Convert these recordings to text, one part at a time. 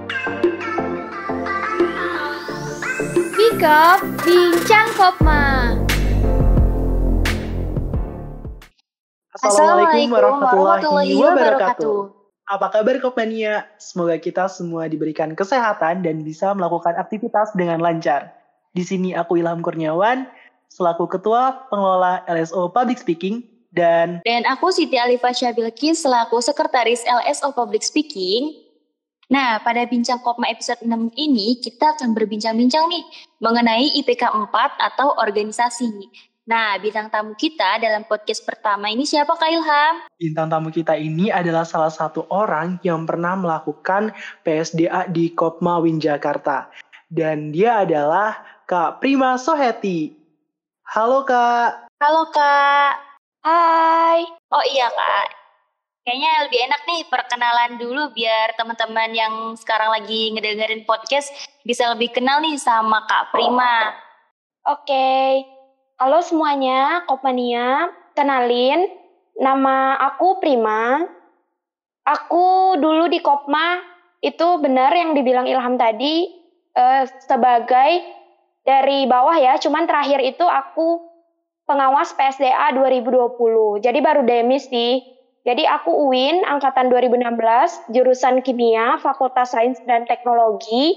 Bikop Bincang Kopma. Assalamualaikum warahmatullahi wabarakatuh. Apa kabar Kopmania? Semoga kita semua diberikan kesehatan dan bisa melakukan aktivitas dengan lancar. Di sini aku Ilham Kurniawan, selaku Ketua Pengelola LSO Public Speaking, dan aku Siti Alifah Syabilkis selaku Sekretaris LSO Public Speaking. Nah, pada Bincang Kopma episode 6 ini kita akan berbincang-bincang nih mengenai IPK 4 atau organisasi. Nah, bintang tamu kita dalam podcast pertama ini siapa Kak Ilham? Bintang tamu kita ini adalah salah satu orang yang pernah melakukan PSDA di Kopma Win Jakarta. Dan dia adalah Kak Prima Soheti. Halo Kak. Halo Kak. Hai. Oh iya Kak. Kayaknya lebih enak nih perkenalan dulu biar teman-teman yang sekarang lagi ngedengerin podcast bisa lebih kenal nih sama Kak Prima. Oke. Halo semuanya, Kopmania. Kenalin, nama aku Prima. Aku dulu di Kopma, itu benar yang dibilang Ilham tadi, sebagai dari bawah ya, cuman terakhir itu aku pengawas PSDA 2020, jadi baru demis sih. Jadi aku UIN, angkatan 2016, jurusan Kimia, Fakultas Sains dan Teknologi,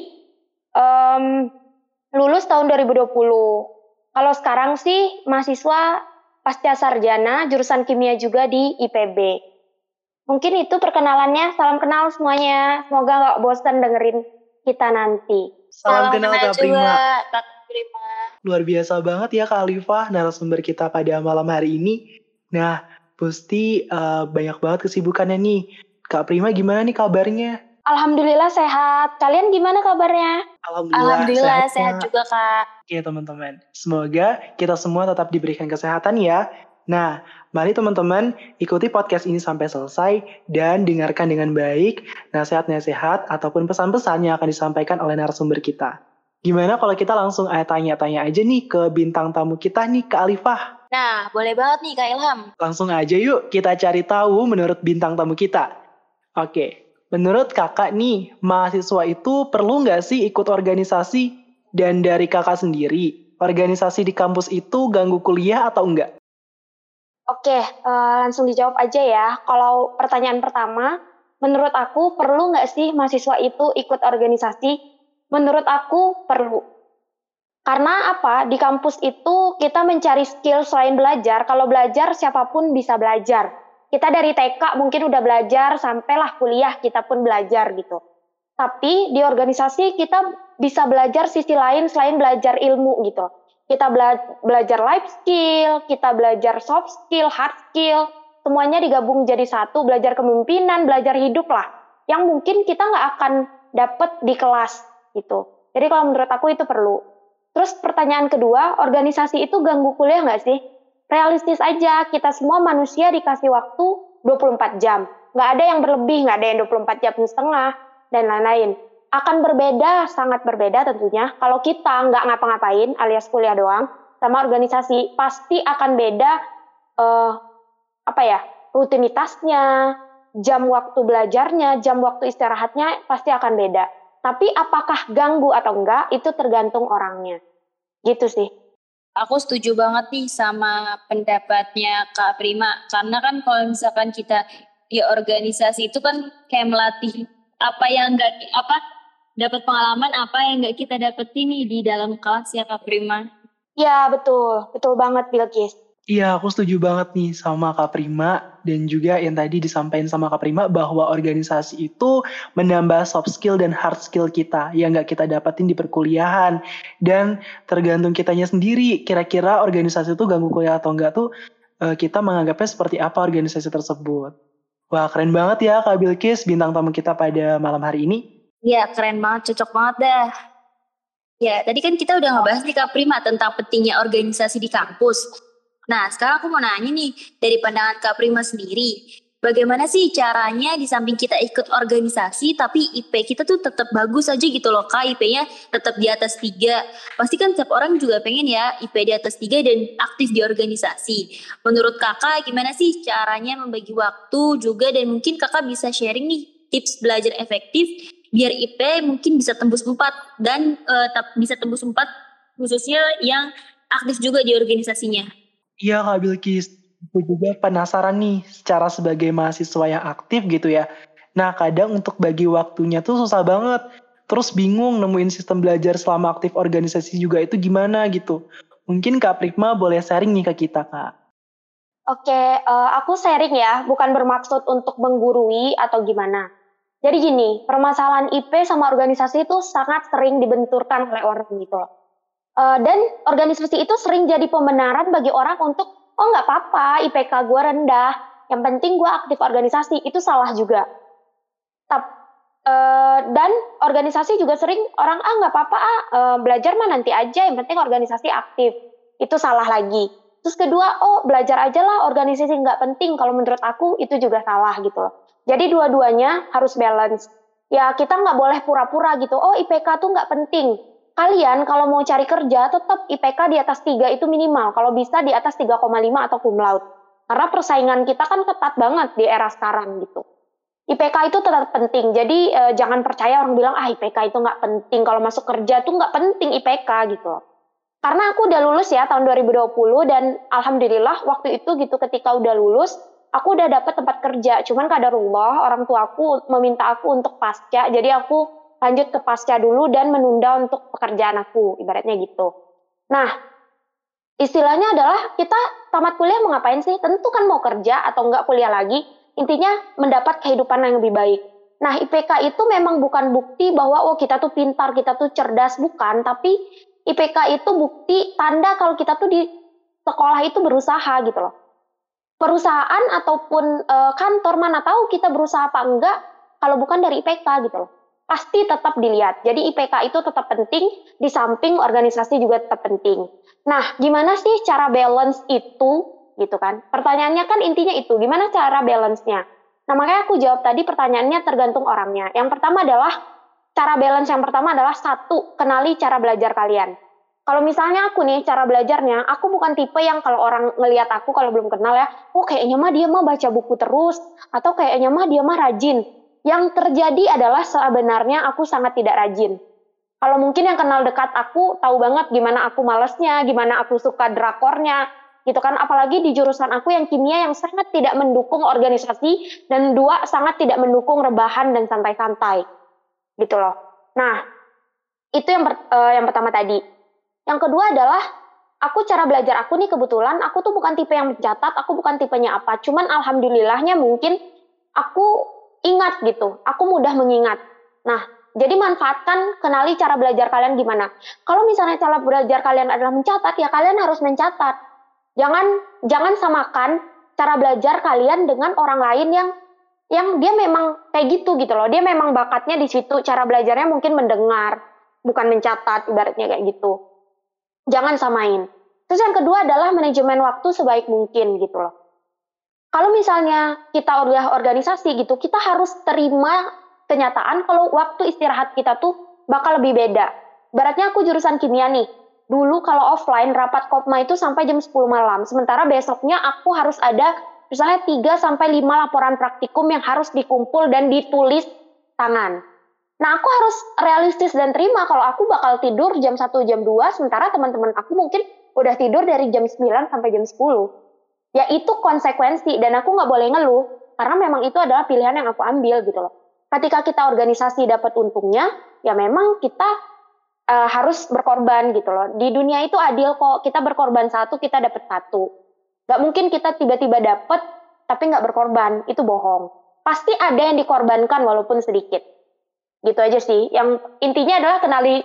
lulus tahun 2020. Kalau sekarang sih mahasiswa pasca sarjana jurusan kimia juga di IPB. Mungkin itu perkenalannya. Salam kenal semuanya. Semoga nggak bosan dengerin kita nanti. Salam kenal Kak Prima. Kak Prima. Luar biasa banget ya Kak Alifah, narasumber kita pada malam hari ini. Nah, pasti banyak banget kesibukannya nih. Kak Prima gimana nih kabarnya? Alhamdulillah sehat. Kalian gimana kabarnya? Alhamdulillah sehat juga Kak. Oke teman-teman, semoga kita semua tetap diberikan kesehatan ya. Nah, mari teman-teman ikuti podcast ini sampai selesai dan dengarkan dengan baik nasihat-nasihat ataupun pesan-pesan yang akan disampaikan oleh narasumber kita. Gimana kalau kita langsung tanya-tanya aja nih ke bintang tamu kita nih, Kak Alifah? Nah, boleh banget nih Kak Ilham. Langsung aja yuk kita cari tahu menurut bintang tamu kita. Oke. Menurut kakak nih, mahasiswa itu perlu nggak sih ikut organisasi? Dan dari kakak sendiri, organisasi di kampus itu ganggu kuliah atau enggak? Oke, langsung dijawab aja ya. Kalau pertanyaan pertama, menurut aku perlu nggak sih mahasiswa itu ikut organisasi? Menurut aku perlu. Karena apa? Di kampus itu kita mencari skill selain belajar. Kalau belajar, siapapun bisa belajar. Kita dari TK mungkin udah belajar, sampailah kuliah kita pun belajar gitu. Tapi di organisasi kita bisa belajar sisi lain selain belajar ilmu gitu. Kita belajar life skill, kita belajar soft skill, hard skill, semuanya digabung jadi satu, belajar kepemimpinan, belajar hidup lah. Yang mungkin kita nggak akan dapet di kelas gitu. Jadi kalau menurut aku itu perlu. Terus pertanyaan kedua, organisasi itu ganggu kuliah nggak sih? Realistis aja, kita semua manusia dikasih waktu 24 jam. Nggak ada yang berlebih, nggak ada yang 24 jam setengah, dan lain-lain. Akan berbeda, sangat berbeda tentunya. Kalau kita nggak ngapa-ngapain, alias kuliah doang, sama organisasi, pasti akan beda rutinitasnya, jam waktu belajarnya, jam waktu istirahatnya, pasti akan beda. Tapi apakah ganggu atau enggak, itu tergantung orangnya. Gitu sih. Aku setuju banget nih sama pendapatnya Kak Prima. Karena kan kalau misalkan kita di organisasi itu kan kayak melatih dapat pengalaman apa yang nggak kita dapetin nih di dalam kelas ya Kak Prima. Iya betul banget Bilkis. Iya, aku setuju banget nih sama Kak Prima dan juga yang tadi disampaikan sama Kak Prima bahwa organisasi itu menambah soft skill dan hard skill kita yang nggak kita dapetin di perkuliahan dan tergantung kitanya sendiri kira-kira organisasi itu ganggu kuliah atau enggak tuh kita menganggapnya seperti apa organisasi tersebut. Wah keren banget ya Kak Bilkis bintang tamu kita pada malam hari ini. Iya keren banget, cocok banget dah. Ya tadi kan kita udah ngebahas nih Kak Prima tentang pentingnya organisasi di kampus. Nah, sekarang aku mau nanya nih, dari pandangan Kak Prima sendiri, bagaimana sih caranya di samping kita ikut organisasi, tapi IP kita tuh tetap bagus aja gitu loh Kak, IP-nya tetap di atas 3. Pasti kan setiap orang juga pengen ya IP di atas 3 dan aktif di organisasi. Menurut Kakak, gimana sih caranya membagi waktu juga, dan mungkin Kakak bisa sharing nih tips belajar efektif biar IP mungkin bisa tembus 4 dan bisa tembus 4 khususnya yang aktif juga di organisasinya. Iya Kak Bilkis, aku juga penasaran nih secara sebagai mahasiswa yang aktif gitu ya. Nah kadang untuk bagi waktunya tuh susah banget. Terus bingung nemuin sistem belajar selama aktif organisasi juga itu gimana gitu. Mungkin Kak Prima boleh sharing nih ke kita Kak. Oke, aku sharing ya, bukan bermaksud untuk menggurui atau gimana. Jadi gini, permasalahan IP sama organisasi itu sangat sering dibenturkan oleh orang gitu loh. Dan organisasi itu sering jadi pembenaran bagi orang untuk, oh nggak apa-apa, IPK gue rendah, yang penting gue aktif organisasi, itu salah juga. Dan organisasi juga sering orang, nggak apa-apa, belajar mah nanti aja, yang penting organisasi aktif, itu salah lagi. Terus kedua, belajar aja lah, organisasi nggak penting, kalau menurut aku itu juga salah gitu loh. Jadi dua-duanya harus balance. Ya kita nggak boleh pura-pura gitu, IPK tuh nggak penting. Kalian kalau mau cari kerja, tetap IPK di atas 3 itu minimal. Kalau bisa di atas 3,5 atau cum laude. Karena persaingan kita kan ketat banget di era sekarang gitu. IPK itu tetap penting. Jadi jangan percaya orang bilang, IPK itu nggak penting. Kalau masuk kerja tuh nggak penting IPK gitu. Karena aku udah lulus ya tahun 2020 dan alhamdulillah waktu itu gitu ketika udah lulus, aku udah dapat tempat kerja. Cuman qadarullah orang tua aku meminta aku untuk pasca. Jadi aku lanjut ke pasca dulu dan menunda untuk pekerjaan aku, ibaratnya gitu. Nah, istilahnya adalah kita tamat kuliah mau ngapain sih? Tentu kan mau kerja atau enggak kuliah lagi. Intinya mendapat kehidupan yang lebih baik. Nah, IPK itu memang bukan bukti bahwa kita tuh pintar, kita tuh cerdas, bukan. Tapi IPK itu bukti tanda kalau kita tuh di sekolah itu berusaha gitu loh. Perusahaan ataupun kantor mana tahu kita berusaha apa enggak kalau bukan dari IPK gitu loh. Pasti tetap dilihat. Jadi IPK itu tetap penting, di samping organisasi juga tetap penting. Nah, gimana sih cara balance itu? Gitu kan. Pertanyaannya kan intinya itu, gimana cara balance-nya? Nah, makanya aku jawab tadi pertanyaannya tergantung orangnya. Yang pertama adalah, cara balance yang pertama adalah 1, kenali cara belajar kalian. Kalau misalnya aku nih, cara belajarnya, aku bukan tipe yang kalau orang ngelihat aku, kalau belum kenal ya, kayaknya mah dia mah baca buku terus, atau kayaknya mah dia mah rajin. Yang terjadi adalah sebenarnya aku sangat tidak rajin. Kalau mungkin yang kenal dekat aku tahu banget gimana aku malesnya, gimana aku suka drakornya, gitu kan. Apalagi di jurusan aku yang kimia yang sangat tidak mendukung organisasi dan 2 sangat tidak mendukung rebahan dan santai-santai, gitu loh. Nah, itu yang pertama tadi. Yang kedua adalah aku cara belajar aku nih kebetulan aku tuh bukan tipe yang mencatat, aku bukan tipenya apa. Cuman alhamdulillahnya mungkin aku ingat gitu, aku mudah mengingat. Nah, jadi manfaatkan, kenali cara belajar kalian gimana. Kalau misalnya cara belajar kalian adalah mencatat, ya kalian harus mencatat. Jangan samakan cara belajar kalian dengan orang lain yang dia memang kayak gitu loh. Dia memang bakatnya di situ, cara belajarnya mungkin mendengar, bukan mencatat, ibaratnya kayak gitu. Jangan samain. Terus yang kedua adalah manajemen waktu sebaik mungkin gitu loh. Kalau misalnya kita udah organisasi gitu, kita harus terima kenyataan kalau waktu istirahat kita tuh bakal lebih beda. Baratnya aku jurusan kimia nih. Dulu kalau offline rapat kopma itu sampai jam 10 malam. Sementara besoknya aku harus ada misalnya 3-5 laporan praktikum yang harus dikumpul dan ditulis tangan. Nah, aku harus realistis dan terima kalau aku bakal tidur jam 1, jam 2, sementara teman-teman aku mungkin udah tidur dari jam 9 sampai jam 10. Ya itu konsekuensi dan aku nggak boleh ngeluh karena memang itu adalah pilihan yang aku ambil gitu loh. Ketika kita organisasi dapat untungnya, ya memang kita harus berkorban gitu loh. Di dunia itu adil kok, kita berkorban 1, kita dapat 1. Nggak mungkin kita tiba-tiba dapat tapi nggak berkorban, itu bohong. Pasti ada yang dikorbankan walaupun sedikit. Gitu aja sih. Yang intinya adalah kenali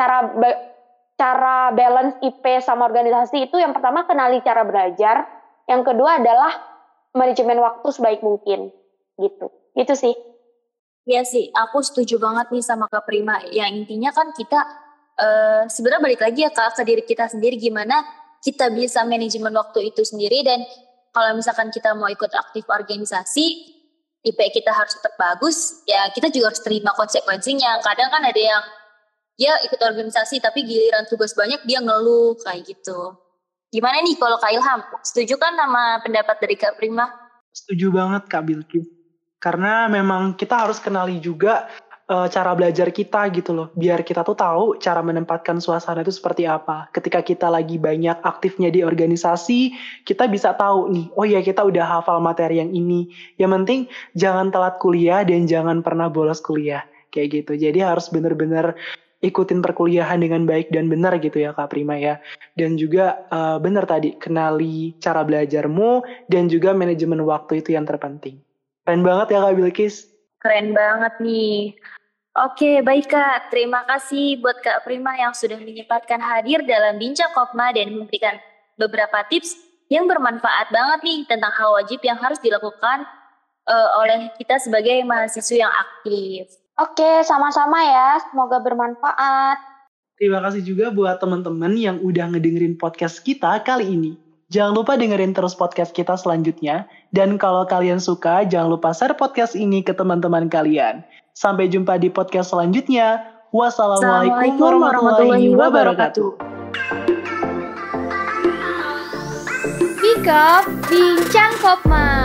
cara balance IP sama organisasi itu. Yang pertama kenali cara belajar. Yang kedua adalah manajemen waktu sebaik mungkin. Gitu. Gitu sih. Iya sih, aku setuju banget nih sama Kak Prima. Yang intinya kan kita sebenarnya balik lagi ya Kak, ke diri kita sendiri gimana kita bisa manajemen waktu itu sendiri. Dan kalau misalkan kita mau ikut aktif organisasi, IP kita harus tetap bagus, ya kita juga harus terima konsekuensinya. Kadang kan ada yang dia ikut organisasi tapi giliran tugas banyak dia ngeluh kayak gitu. Gimana nih kalau Kak Ilham? Setuju kan sama pendapat dari Kak Prima? Setuju banget Kak Bilkis. Karena memang kita harus kenali juga cara belajar kita gitu loh. Biar kita tuh tahu cara menempatkan suasana itu seperti apa. Ketika kita lagi banyak aktifnya di organisasi, kita bisa tahu nih, oh ya kita udah hafal materi yang ini. Yang penting jangan telat kuliah dan jangan pernah bolos kuliah. Kayak gitu. Jadi harus bener-bener ikutin perkuliahan dengan baik dan benar gitu ya Kak Prima ya. Dan juga benar tadi, kenali cara belajarmu dan juga manajemen waktu itu yang terpenting. Keren banget ya Kak Bilkis. Keren banget nih. Oke, baik Kak. Terima kasih buat Kak Prima yang sudah menyempatkan hadir dalam Bincang Kopma dan memberikan beberapa tips yang bermanfaat banget nih tentang hal wajib yang harus dilakukan oleh kita sebagai mahasiswa yang aktif. Oke, sama-sama ya. Semoga bermanfaat. Terima kasih juga buat teman-teman yang udah ngedengerin podcast kita kali ini. Jangan lupa dengerin terus podcast kita selanjutnya. Dan kalau kalian suka, jangan lupa share podcast ini ke teman-teman kalian. Sampai jumpa di podcast selanjutnya. Wassalamualaikum warahmatullahi wabarakatuh. Pick up Bincang Kopma.